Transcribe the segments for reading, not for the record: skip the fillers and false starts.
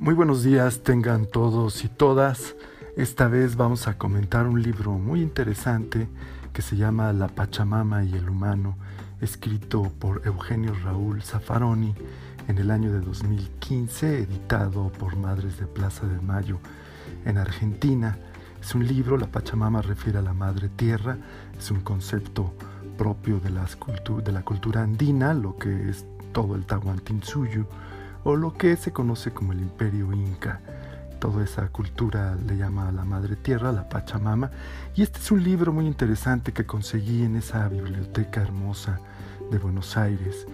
Muy buenos días tengan todos y todas. Esta vez vamos a comentar un libro muy interesante que se llama La Pachamama y el Humano, escrito por Eugenio Raúl Zaffaroni en el año de 2015, editado por Madres de Plaza de Mayo en Argentina. Es un libro, la Pachamama refiere a la Madre Tierra, es un concepto propio de la cultura andina, lo que es todo el Tahuantinsuyo, o lo que se conoce como el Imperio Inca. Toda esa cultura le llama a la Madre Tierra, la Pachamama. Y este es un libro muy interesante que conseguí en esa biblioteca hermosa de Buenos Aires.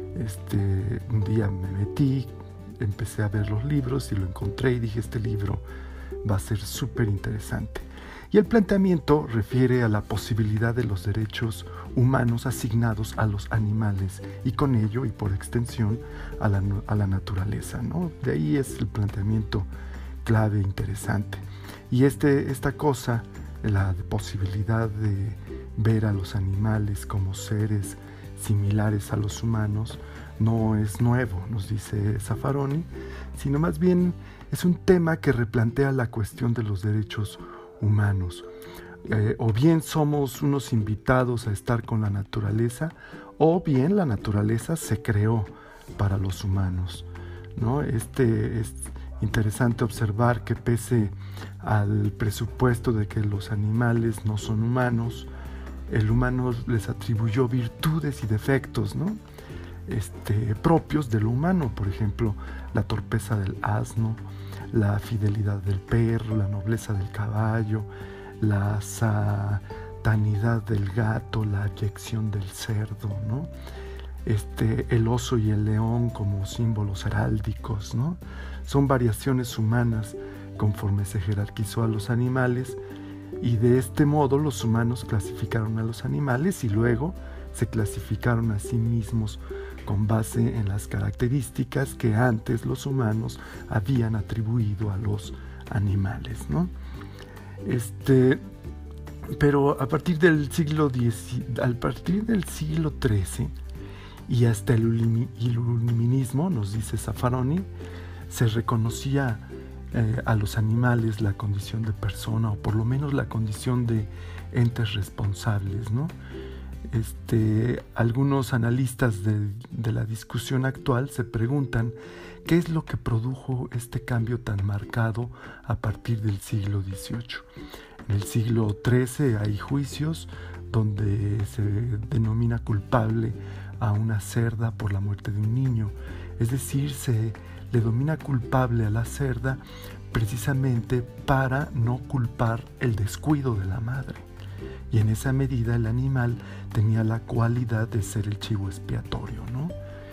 Un día me metí, empecé a ver los libros y lo encontré y dije, este libro va a ser súper interesante. Y el planteamiento refiere a la posibilidad de los derechos humanos asignados a los animales y con ello y por extensión a la naturaleza, ¿no? De ahí es el planteamiento clave interesante. Y esta cosa, la posibilidad de ver a los animales como seres similares a los humanos, no es nuevo, nos dice Zaffaroni, sino más bien es un tema que replantea la cuestión de los derechos humanos. O bien somos unos invitados a estar con la naturaleza, o bien la naturaleza se creó para los humanos, ¿no? Es interesante observar que pese al presupuesto de que los animales no son humanos, el humano les atribuyó virtudes y defectos, ¿no? Propios de lo humano, por ejemplo, la torpeza del asno, la fidelidad del perro, la nobleza del caballo, la satanidad del gato, la abyección del cerdo, ¿no? El oso y el león como símbolos heráldicos, ¿no? Son variaciones humanas conforme se jerarquizó a los animales, y de este modo los humanos clasificaron a los animales y luego se clasificaron a sí mismos con base en las características que antes los humanos habían atribuido a los animales, ¿no? Pero a partir del siglo XIII y hasta el iluminismo, nos dice Zaffaroni, se reconocía a los animales la condición de persona, o por lo menos la condición de entes responsables, ¿no? Algunos analistas de la discusión actual se preguntan qué es lo que produjo este cambio tan marcado a partir del siglo XVIII. En el siglo XIII hay juicios donde se denomina culpable a una cerda por la muerte de un niño, es decir, se le denomina culpable a la cerda precisamente para no culpar el descuido de la madre. Y en esa medida el animal tenía la cualidad de ser el chivo expiatorio, ¿no?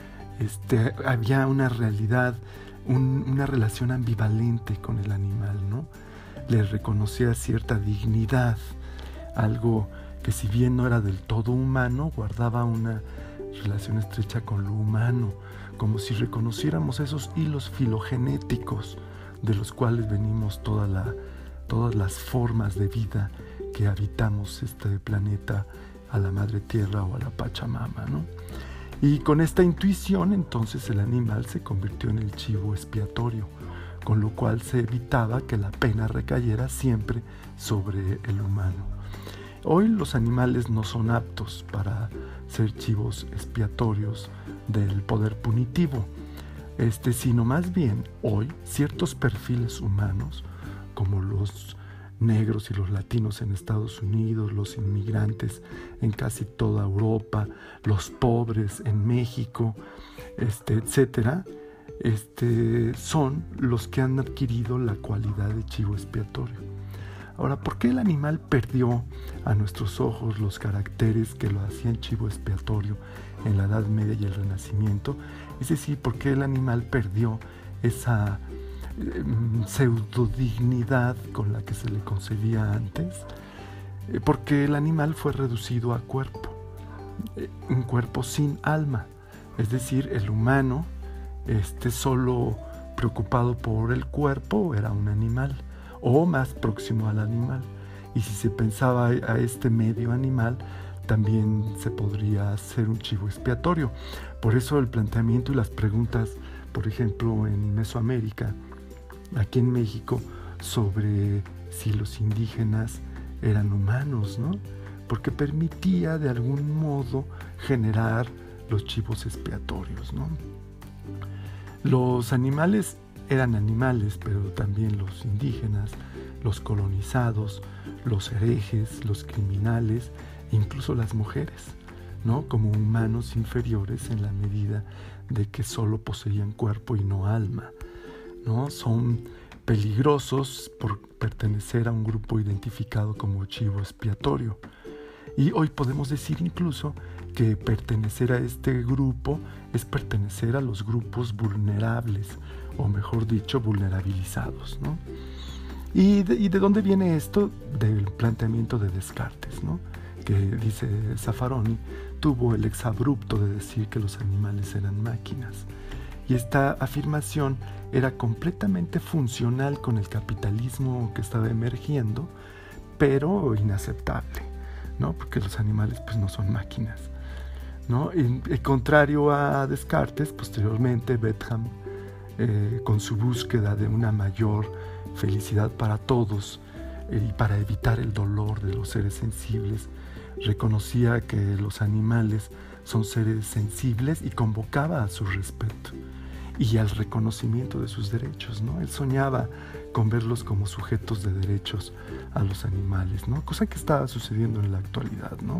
Había una realidad, una relación ambivalente con el animal, ¿no? Le reconocía cierta dignidad, algo que si bien no era del todo humano, guardaba una relación estrecha con lo humano, como si reconociéramos esos hilos filogenéticos de los cuales venimos todas las formas de vida que habitamos este planeta, a la Madre Tierra o a la Pachamama, ¿no? Y con esta intuición, entonces, el animal se convirtió en el chivo expiatorio, con lo cual se evitaba que la pena recayera siempre sobre el humano. Hoy los animales no son aptos para ser chivos expiatorios del poder punitivo, sino más bien hoy ciertos perfiles humanos, como los negros y los latinos en Estados Unidos, los inmigrantes en casi toda Europa, los pobres en México, etcétera, son los que han adquirido la cualidad de chivo expiatorio. Ahora, ¿por qué el animal perdió a nuestros ojos los caracteres que lo hacían chivo expiatorio en la Edad Media y el Renacimiento? Es decir, ¿por qué el animal perdió esa pseudodignidad con la que se le concebía antes? Porque el animal fue reducido a cuerpo, un cuerpo sin alma, es decir, el humano, solo preocupado por el cuerpo, era un animal o más próximo al animal, y si se pensaba a este medio animal, también se podría hacer un chivo expiatorio. Por eso el planteamiento y las preguntas, por ejemplo, en Mesoamérica, aquí en México sobre si los indígenas eran humanos, ¿no? Porque permitía de algún modo generar los chivos expiatorios, ¿no? Los animales eran animales, pero también los indígenas, los colonizados, los herejes, los criminales, incluso las mujeres, ¿no? Como humanos inferiores en la medida de que solo poseían cuerpo y no alma, ¿no? Son peligrosos por pertenecer a un grupo identificado como chivo expiatorio. Y hoy podemos decir incluso que pertenecer a este grupo es pertenecer a los grupos vulnerables, o mejor dicho, vulnerabilizados, ¿no? ¿Y de dónde viene esto? Del planteamiento de Descartes, ¿no? Que dice Zaffaroni, tuvo el exabrupto de decir que los animales eran máquinas. Y esta afirmación era completamente funcional con el capitalismo que estaba emergiendo, pero inaceptable, ¿no? Porque los animales pues no son máquinas, ¿no? Y contrario a Descartes, posteriormente Bentham, con su búsqueda de una mayor felicidad para todos y para evitar el dolor de los seres sensibles, reconocía que los animales son seres sensibles y convocaba a su respeto y al reconocimiento de sus derechos, ¿no? Él soñaba con verlos como sujetos de derechos a los animales, ¿no? Cosa que está sucediendo en la actualidad, ¿no?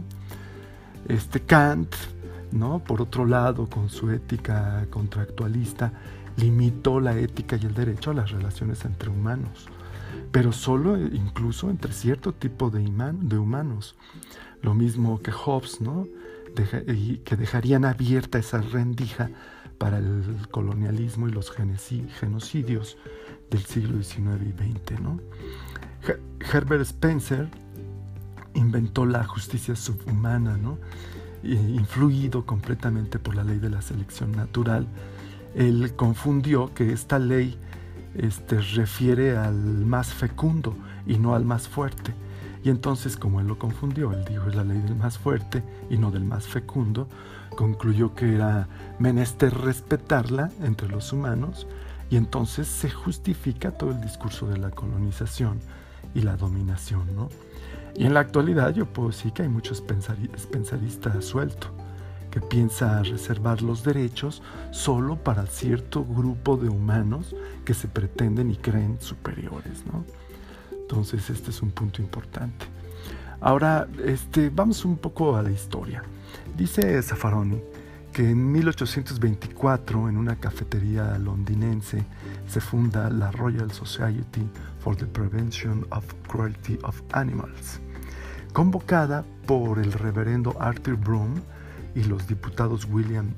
Kant, ¿no? Por otro lado, con su ética contractualista, limitó la ética y el derecho a las relaciones entre humanos, pero solo incluso entre cierto tipo de humanos. Lo mismo que Hobbes, ¿no? Que dejarían abierta esa rendija para el colonialismo y los genocidios del siglo XIX y XX, ¿no? Herbert Spencer inventó la justicia subhumana, ¿no? Influido completamente por la ley de la selección natural. Él confundió que esta ley refiere al más fecundo y no al más fuerte. Y entonces, como él lo confundió, él dijo es la ley del más fuerte y no del más fecundo, concluyó que era menester respetarla entre los humanos, y entonces se justifica todo el discurso de la colonización y la dominación, ¿no? Y en la actualidad yo puedo decir que hay muchos pensadistas sueltos que piensa reservar los derechos solo para cierto grupo de humanos que se pretenden y creen superiores, ¿no? Entonces este es un punto importante. Ahora vamos un poco a la historia. Dice Zaffaroni que en 1824 en una cafetería londinense se funda la Royal Society for the Prevention of Cruelty of Animals, convocada por el reverendo Arthur Broome y los diputados William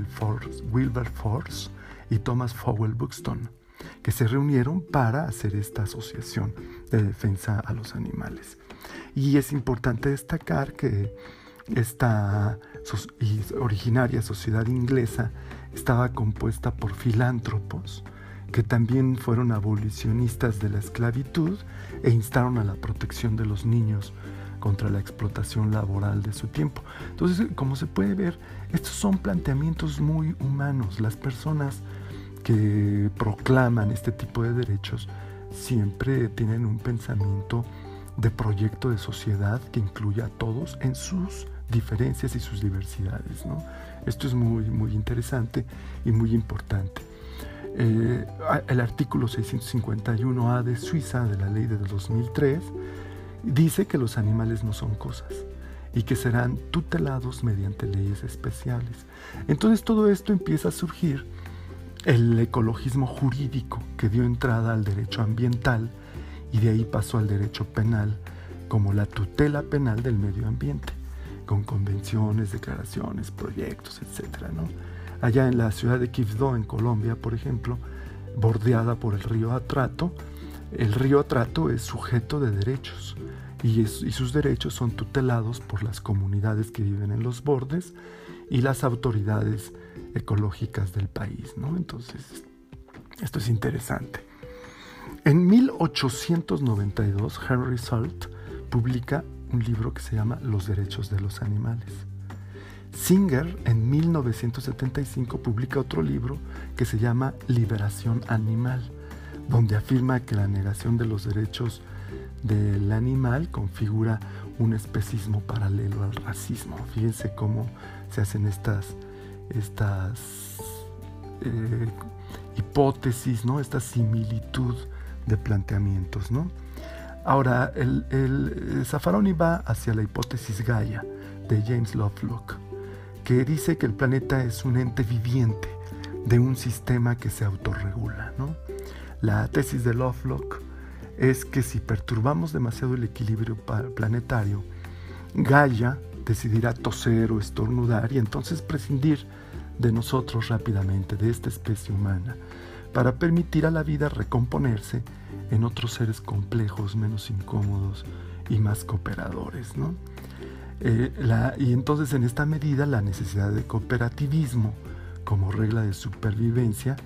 Wilberforce y Thomas Fowell Buxton, que se reunieron para hacer esta asociación de defensa a los animales. Y es importante destacar que esta originaria sociedad inglesa estaba compuesta por filántropos que también fueron abolicionistas de la esclavitud e instaron a la protección de los niños contra la explotación laboral de su tiempo. Entonces, como se puede ver, estos son planteamientos muy humanos. Las personas que proclaman este tipo de derechos siempre tienen un pensamiento de proyecto de sociedad que incluya a todos en sus diferencias y sus diversidades, ¿no? Esto es muy, muy interesante y muy importante. El artículo 651A de Suiza de la ley de 2003 dice que los animales no son cosas y que serán tutelados mediante leyes especiales. Entonces todo esto empieza a surgir el ecologismo jurídico que dio entrada al derecho ambiental y de ahí pasó al derecho penal como la tutela penal del medio ambiente, con convenciones, declaraciones, proyectos, etcétera, ¿no? Allá en la ciudad de Quibdó, en Colombia, por ejemplo, bordeada por el río Atrato es sujeto de derechos y sus derechos son tutelados por las comunidades que viven en los bordes y las autoridades ecológicas del país, ¿no? Entonces, esto es interesante. En 1892, Henry Salt publica un libro que se llama Los derechos de los animales. Singer en 1975 publica otro libro que se llama Liberación Animal, donde afirma que la negación de los derechos del animal configura un especismo paralelo al racismo. Fíjense cómo se hacen estas hipótesis, ¿no? Esta similitud de planteamientos, ¿no? Ahora, el Zaffaroni va hacia la hipótesis Gaia de James Lovelock, que dice que el planeta es un ente viviente de un sistema que se autorregula, ¿no? La tesis de Lovelock es que si perturbamos demasiado el equilibrio planetario, Gaia decidirá toser o estornudar y entonces prescindir de nosotros rápidamente, de esta especie humana, para permitir a la vida recomponerse en otros seres complejos, menos incómodos y más cooperadores, ¿no? Y entonces en esta medida la necesidad de cooperativismo como regla de supervivencia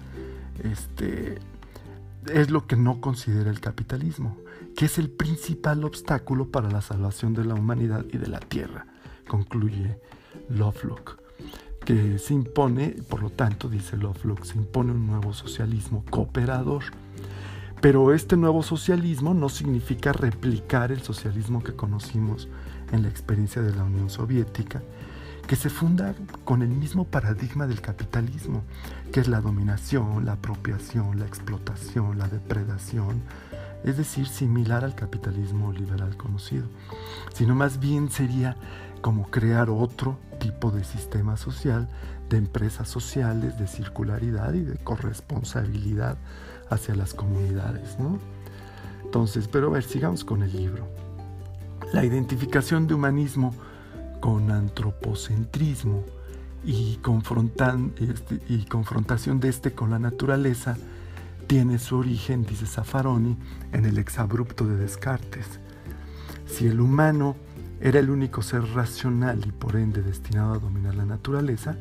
es lo que no considera el capitalismo, que es el principal obstáculo para la salvación de la humanidad y de la tierra, concluye Lovelock, que se impone, por lo tanto, dice Lovelock, se impone un nuevo socialismo cooperador. Pero este nuevo socialismo no significa replicar el socialismo que conocimos en la experiencia de la Unión Soviética, que se funda con el mismo paradigma del capitalismo, que es la dominación, la apropiación, la explotación, la depredación, es decir, similar al capitalismo liberal conocido, sino más bien sería como crear otro tipo de sistema social, de empresas sociales, de circularidad y de corresponsabilidad hacia las comunidades, ¿no? Entonces, pero a ver, sigamos con el libro. La identificación de humanismo con antropocentrismo y confrontación de con la naturaleza tiene su origen, dice Zaffaroni, en el exabrupto de Descartes. Si el humano era el único ser racional y por ende destinado a dominar la naturaleza,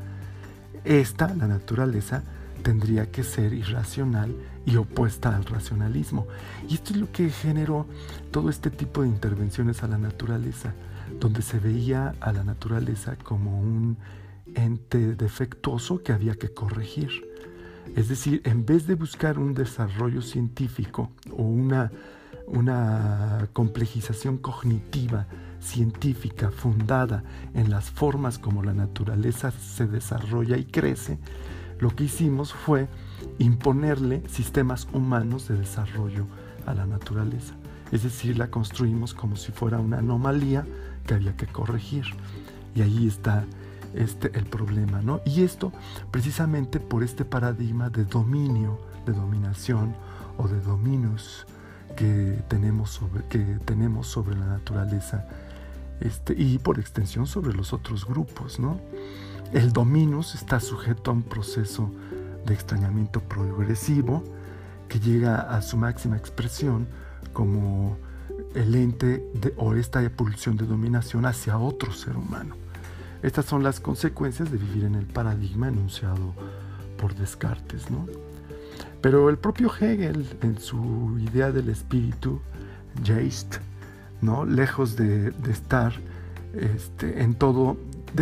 la naturaleza, tendría que ser irracional y opuesta al racionalismo. Y esto es lo que generó todo este tipo de intervenciones a la naturaleza, donde se veía a la naturaleza como un ente defectuoso que había que corregir. Es decir, en vez de buscar un desarrollo científico o una complejización cognitiva científica fundada en las formas como la naturaleza se desarrolla y crece, lo que hicimos fue imponerle sistemas humanos de desarrollo a la naturaleza. Es decir, la construimos como si fuera una anomalía que había que corregir. Y ahí está el problema, ¿no? Y esto precisamente por este paradigma de dominio, de dominación o de dominus que tenemos sobre la naturaleza, y por extensión sobre los otros grupos, ¿no? El dominus está sujeto a un proceso de extrañamiento progresivo que llega a su máxima expresión como el ente o esta pulsión de dominación hacia otro ser humano. Estas son las consecuencias de vivir en el paradigma enunciado por Descartes, ¿no? Pero el propio Hegel, en su idea del espíritu, Geist, ¿no? Lejos de estar en todo,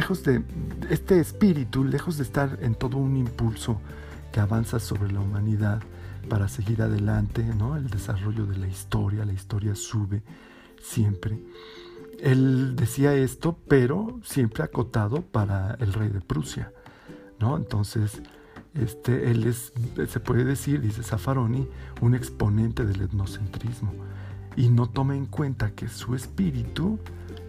este espíritu, lejos de estar en todo un impulso que avanza sobre la humanidad para seguir adelante, ¿no? El desarrollo de la historia sube siempre. Él decía esto, pero siempre acotado para el rey de Prusia, ¿no? Entonces, él es, se puede decir, dice Zaffaroni, un exponente del etnocentrismo y no toma en cuenta que su espíritu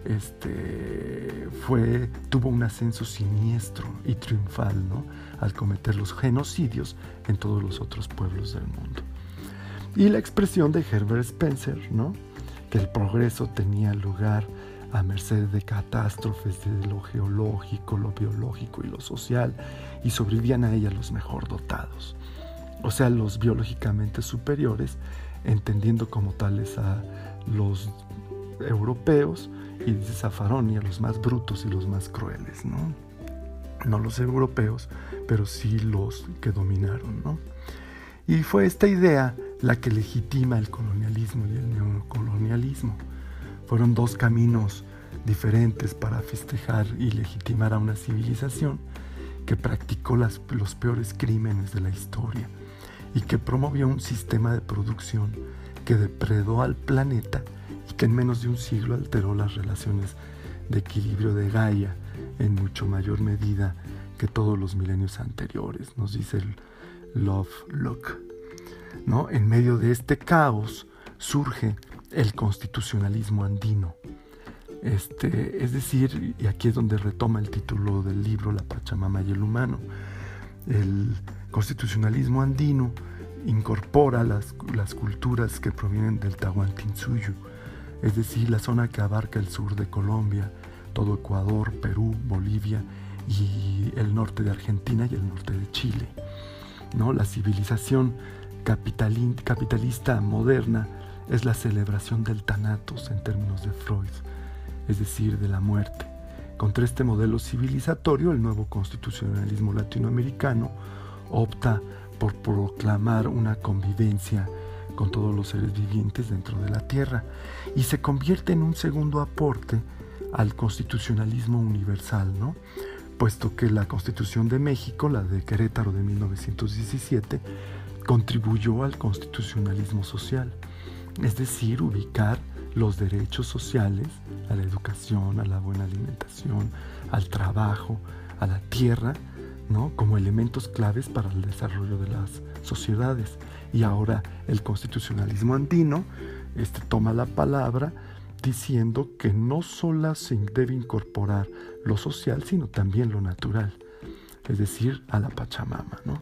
tuvo un ascenso siniestro y triunfal, ¿no? Al cometer los genocidios en todos los otros pueblos del mundo. Y la expresión de Herbert Spencer, ¿no? Que el progreso tenía lugar a merced de catástrofes de lo geológico, lo biológico y lo social, y sobrevivían a ella los mejor dotados, o sea, los biológicamente superiores, entendiendo como tales a los europeos, y dice Zaffaroni, a los más brutos y los más crueles, ¿no? No los europeos, pero sí los que dominaron, ¿no? Y fue esta idea la que legitima el colonialismo y el neocolonialismo. Fueron dos caminos diferentes para festejar y legitimar a una civilización que practicó los peores crímenes de la historia y que promovió un sistema de producción que depredó al planeta y que en menos de un siglo alteró las relaciones de equilibrio de Gaia en mucho mayor medida que todos los milenios anteriores, nos dice el Lovelock, ¿no? En medio de este caos surge el constitucionalismo andino. Es decir, y aquí es donde retoma el título del libro, La Pachamama y el humano. El constitucionalismo andino incorpora las culturas que provienen del Tahuantinsuyo, es decir, la zona que abarca el sur de Colombia, todo Ecuador, Perú, Bolivia y el norte de Argentina y el norte de Chile, ¿no? La civilización capitalista moderna es la celebración del Thanatos en términos de Freud, es decir, de la muerte. Contra este modelo civilizatorio, el nuevo constitucionalismo latinoamericano opta por proclamar una convivencia con todos los seres vivientes dentro de la Tierra y se convierte en un segundo aporte al constitucionalismo universal, ¿no? Puesto que la Constitución de México, la de Querétaro de 1917, contribuyó al constitucionalismo social, es decir, ubicar los derechos sociales a la educación, a la buena alimentación, al trabajo, a la tierra, ¿no? Como elementos claves para el desarrollo de las sociedades. Y ahora el constitucionalismo andino toma la palabra diciendo que no solo se debe incorporar lo social, sino también lo natural, es decir, a la Pachamama, ¿no?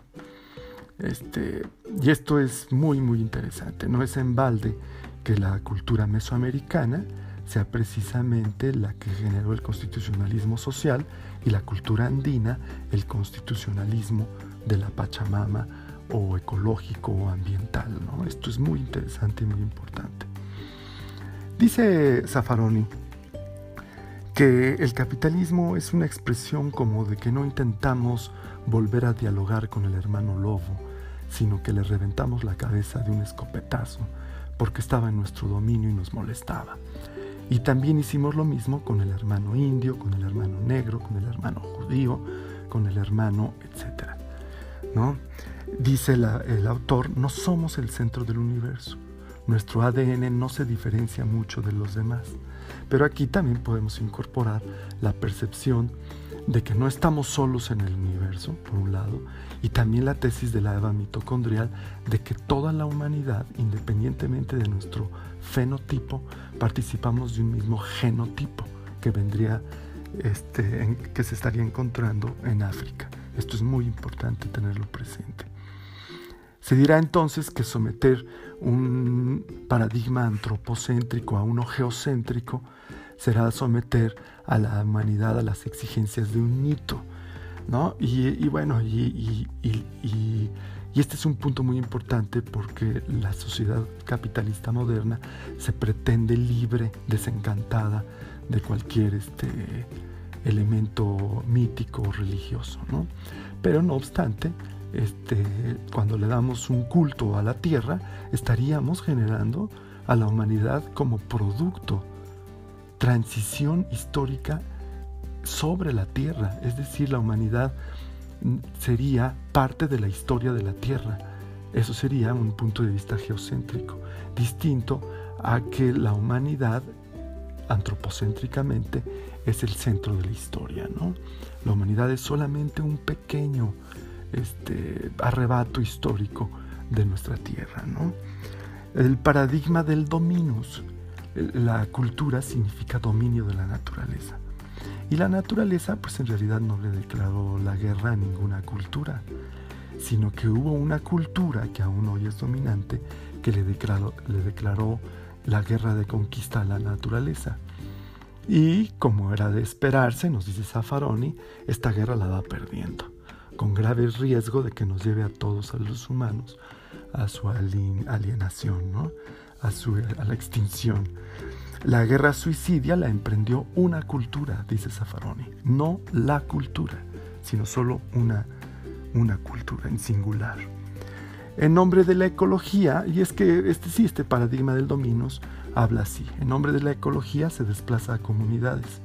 Y esto es muy, muy interesante. No es en balde que la cultura mesoamericana sea precisamente la que generó el constitucionalismo social y la cultura andina el constitucionalismo de la Pachamama o ecológico o ambiental, ¿no? Esto es muy interesante y muy importante. Dice Zaffaroni que el capitalismo es una expresión como de que no intentamos volver a dialogar con el hermano lobo, sino que le reventamos la cabeza de un escopetazo porque estaba en nuestro dominio y nos molestaba. Y también hicimos lo mismo con el hermano indio, con el hermano negro, con el hermano judío, con el hermano etcétera, ¿no? Dice el autor, no somos el centro del universo. Nuestro ADN no se diferencia mucho de los demás. Pero aquí también podemos incorporar la percepción de que no estamos solos en el universo, por un lado, y también la tesis de la Eva mitocondrial de que toda la humanidad, independientemente de nuestro fenotipo, participamos de un mismo genotipo que vendría, que se estaría encontrando en África. Esto es muy importante tenerlo presente. Se dirá entonces que someter un paradigma antropocéntrico a uno geocéntrico será someter a la humanidad a las exigencias de un mito, ¿no? Y este es un punto muy importante porque la sociedad capitalista moderna se pretende libre, desencantada de cualquier elemento mítico o religioso, ¿no? Pero no obstante, cuando le damos un culto a la tierra, estaríamos generando a la humanidad como producto, transición histórica sobre la tierra, es decir, la humanidad sería parte de la historia de la tierra. Eso sería un punto de vista geocéntrico, distinto a que la humanidad antropocéntricamente es el centro de la historia, ¿no? La humanidad es solamente un pequeño arrebato histórico de nuestra tierra, ¿no? El paradigma del dominus, la cultura significa dominio de la naturaleza. Y la naturaleza, pues en realidad no le declaró la guerra a ninguna cultura, sino que hubo una cultura que aún hoy es dominante que le declaró la guerra de conquista a la naturaleza. Y como era de esperarse, nos dice Zaffaroni, esta guerra la va perdiendo, con grave riesgo de que nos lleve a todos, a los humanos, a su alienación, ¿no? a la extinción. La guerra suicidia la emprendió una cultura, dice Zaffaroni, no la cultura, sino solo una cultura en singular. En nombre de la ecología, y es que este paradigma del dominus habla así, en nombre de la ecología se desplaza a comunidades.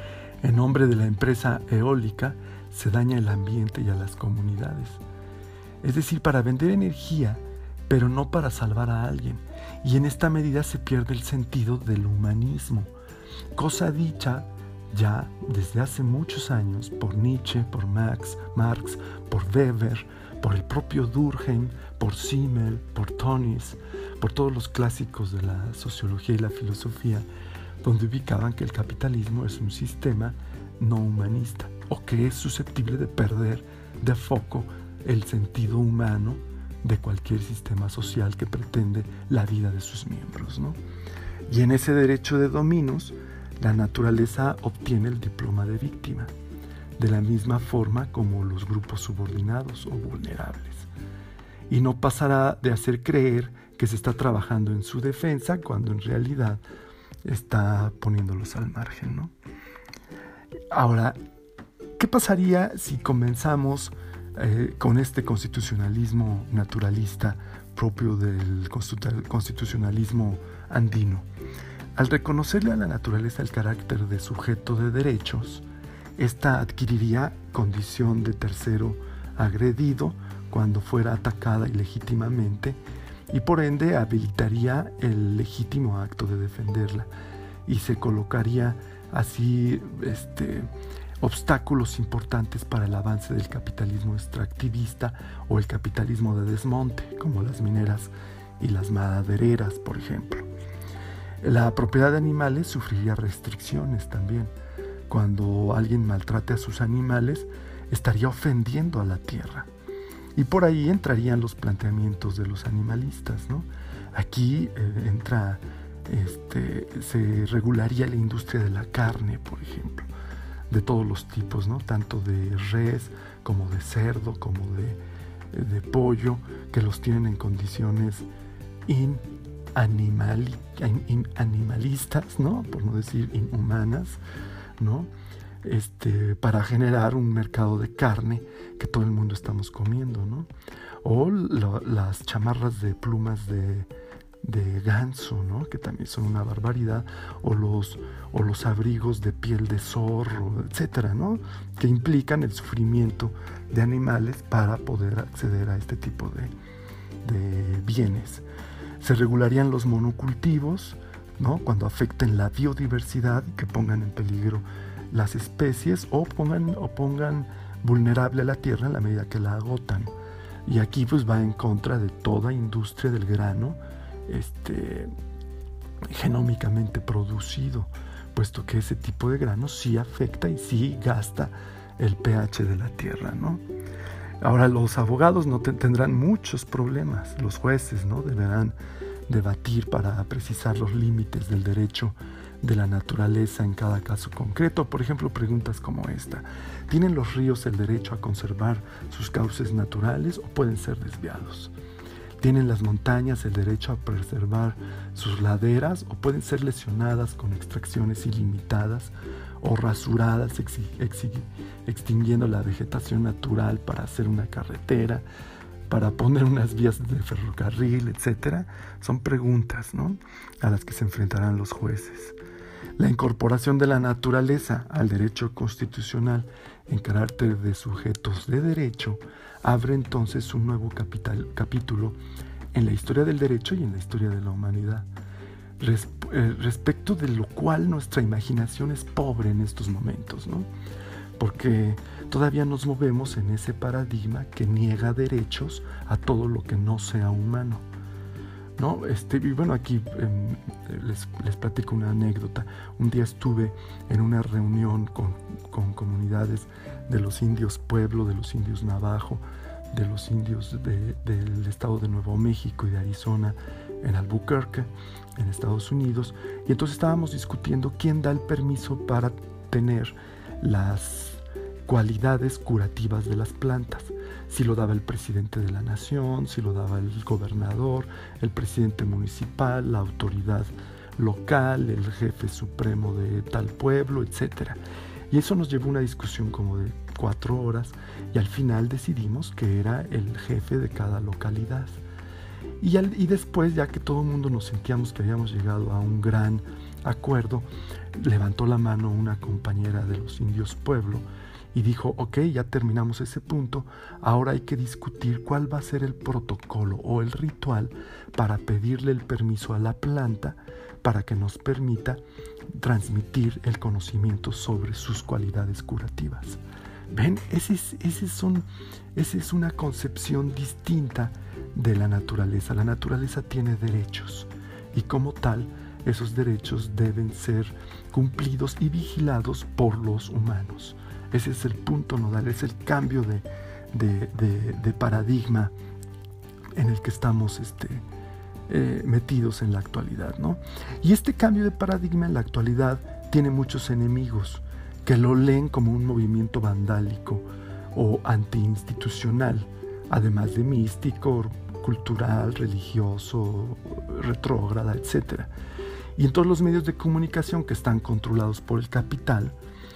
En nombre de la empresa eólica se daña el ambiente y a las comunidades. es decir, para vender energía, pero no para salvar a alguien. Y en esta medida se pierde el sentido del humanismo, cosa dicha ya desde hace muchos años por Nietzsche, por Marx, por Weber, por el propio Durkheim, por Simmel, por Tönnies, por todos los clásicos de la sociología y la filosofía, donde ubicaban que el capitalismo es un sistema no humanista o que es susceptible de perder de foco el sentido humano de cualquier sistema social que pretende la vida de sus miembros, ¿no? Y en ese derecho de dominus, la naturaleza obtiene el diploma de víctima, de la misma forma como los grupos subordinados o vulnerables. Y no pasará de hacer creer que se está trabajando en su defensa cuando en realidad está poniéndolos al margen, ¿no? Ahora, ¿qué pasaría si comenzamos con este constitucionalismo naturalista propio del constitucionalismo andino? Al reconocerle a la naturaleza el carácter de sujeto de derechos, ésta adquiriría condición de tercero agredido cuando fuera atacada ilegítimamente y por ende habilitaría el legítimo acto de defenderla y se colocaría así obstáculos importantes para el avance del capitalismo extractivista o el capitalismo de desmonte, como las mineras y las madereras, por ejemplo. La propiedad de animales sufriría restricciones también. Cuando alguien maltrate a sus animales, estaría ofendiendo a la tierra. Y por ahí entrarían los planteamientos de los animalistas, ¿no? Aquí se regularía la industria de la carne, por ejemplo, de todos los tipos, ¿no? Tanto de res como de cerdo, como de pollo, que los tienen en condiciones animalistas, ¿no? Por no decir inhumanas, ¿no? Para generar un mercado de carne que todo el mundo estamos comiendo, ¿no? O las chamarras de plumas de ganso, ¿no? Que también son una barbaridad, o los abrigos de piel de zorro, etcétera, ¿no? Que implican el sufrimiento de animales para poder acceder a este tipo de bienes. Se regularían los monocultivos, ¿no? Cuando afecten la biodiversidad y que pongan en peligro las especies o pongan vulnerable a la tierra en la medida que la agotan. Y aquí pues va en contra de toda industria del grano genómicamente producido, puesto que ese tipo de grano sí afecta y sí gasta el pH de la tierra, ¿no? Ahora, los abogados no tendrán muchos problemas. Los jueces, ¿no? Deberán debatir para precisar los límites del derecho de la naturaleza en cada caso concreto. Por ejemplo, preguntas como esta: ¿tienen los ríos el derecho a conservar sus cauces naturales o pueden ser desviados? ¿Tienen las montañas el derecho a preservar sus laderas o pueden ser lesionadas con extracciones ilimitadas o rasuradas, extinguiendo la vegetación natural para hacer una carretera, para poner unas vías de ferrocarril, etcétera? Son preguntas, ¿no?, a las que se enfrentarán los jueces. La incorporación de la naturaleza al derecho constitucional en carácter de sujetos de derecho abre entonces un nuevo capítulo en la historia del derecho y en la historia de la humanidad, respecto de lo cual nuestra imaginación es pobre en estos momentos, ¿no? Porque todavía nos movemos en ese paradigma que niega derechos a todo lo que no sea humano, ¿no? Y bueno, aquí les platico una anécdota. Un día estuve en una reunión con comunidades de los indios Pueblo, de los indios Navajo, de los indios del estado de Nuevo México y de Arizona, en Albuquerque, en Estados Unidos, y entonces estábamos discutiendo quién da el permiso para tener las cualidades curativas de las plantas. Si lo daba el presidente de la nación, si lo daba el gobernador, el presidente municipal, la autoridad local, el jefe supremo de tal pueblo, etcétera. Y eso nos llevó a una discusión como de 4 horas y al final decidimos que era el jefe de cada localidad. Y después, ya que todo el mundo nos sentíamos que habíamos llegado a un gran acuerdo, levantó la mano una compañera de los indios Pueblo y dijo, ok, ya terminamos ese punto, ahora hay que discutir cuál va a ser el protocolo o el ritual para pedirle el permiso a la planta para que nos permita transmitir el conocimiento sobre sus cualidades curativas. ¿Ven? Esa es una concepción distinta de la naturaleza. La naturaleza tiene derechos y como tal, esos derechos deben ser cumplidos y vigilados por los humanos. Ese es el punto nodal, es el cambio de paradigma en el que estamos metidos en la actualidad, ¿no? Y este cambio de paradigma en la actualidad tiene muchos enemigos que lo leen como un movimiento vandálico o antiinstitucional, además de místico, cultural, religioso, retrógrada, etc. Y en todos los medios de comunicación que están controlados por el capital,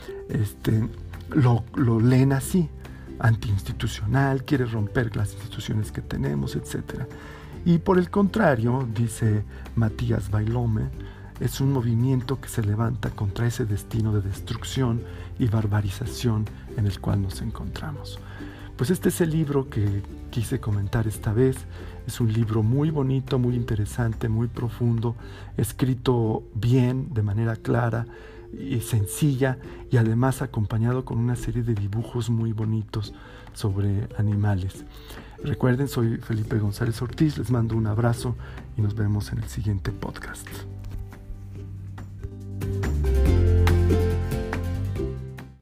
lo leen así, antiinstitucional, quiere romper las instituciones que tenemos, etc. Y por el contrario, dice Matías Bailome, es un movimiento que se levanta contra ese destino de destrucción y barbarización en el cual nos encontramos. Pues este es el libro que quise comentar esta vez. Es un libro muy bonito, muy interesante, muy profundo, escrito bien, de manera clara y sencilla, y además acompañado con una serie de dibujos muy bonitos sobre animales. Recuerden, soy Felipe González Ortiz, les mando un abrazo y nos vemos en el siguiente podcast.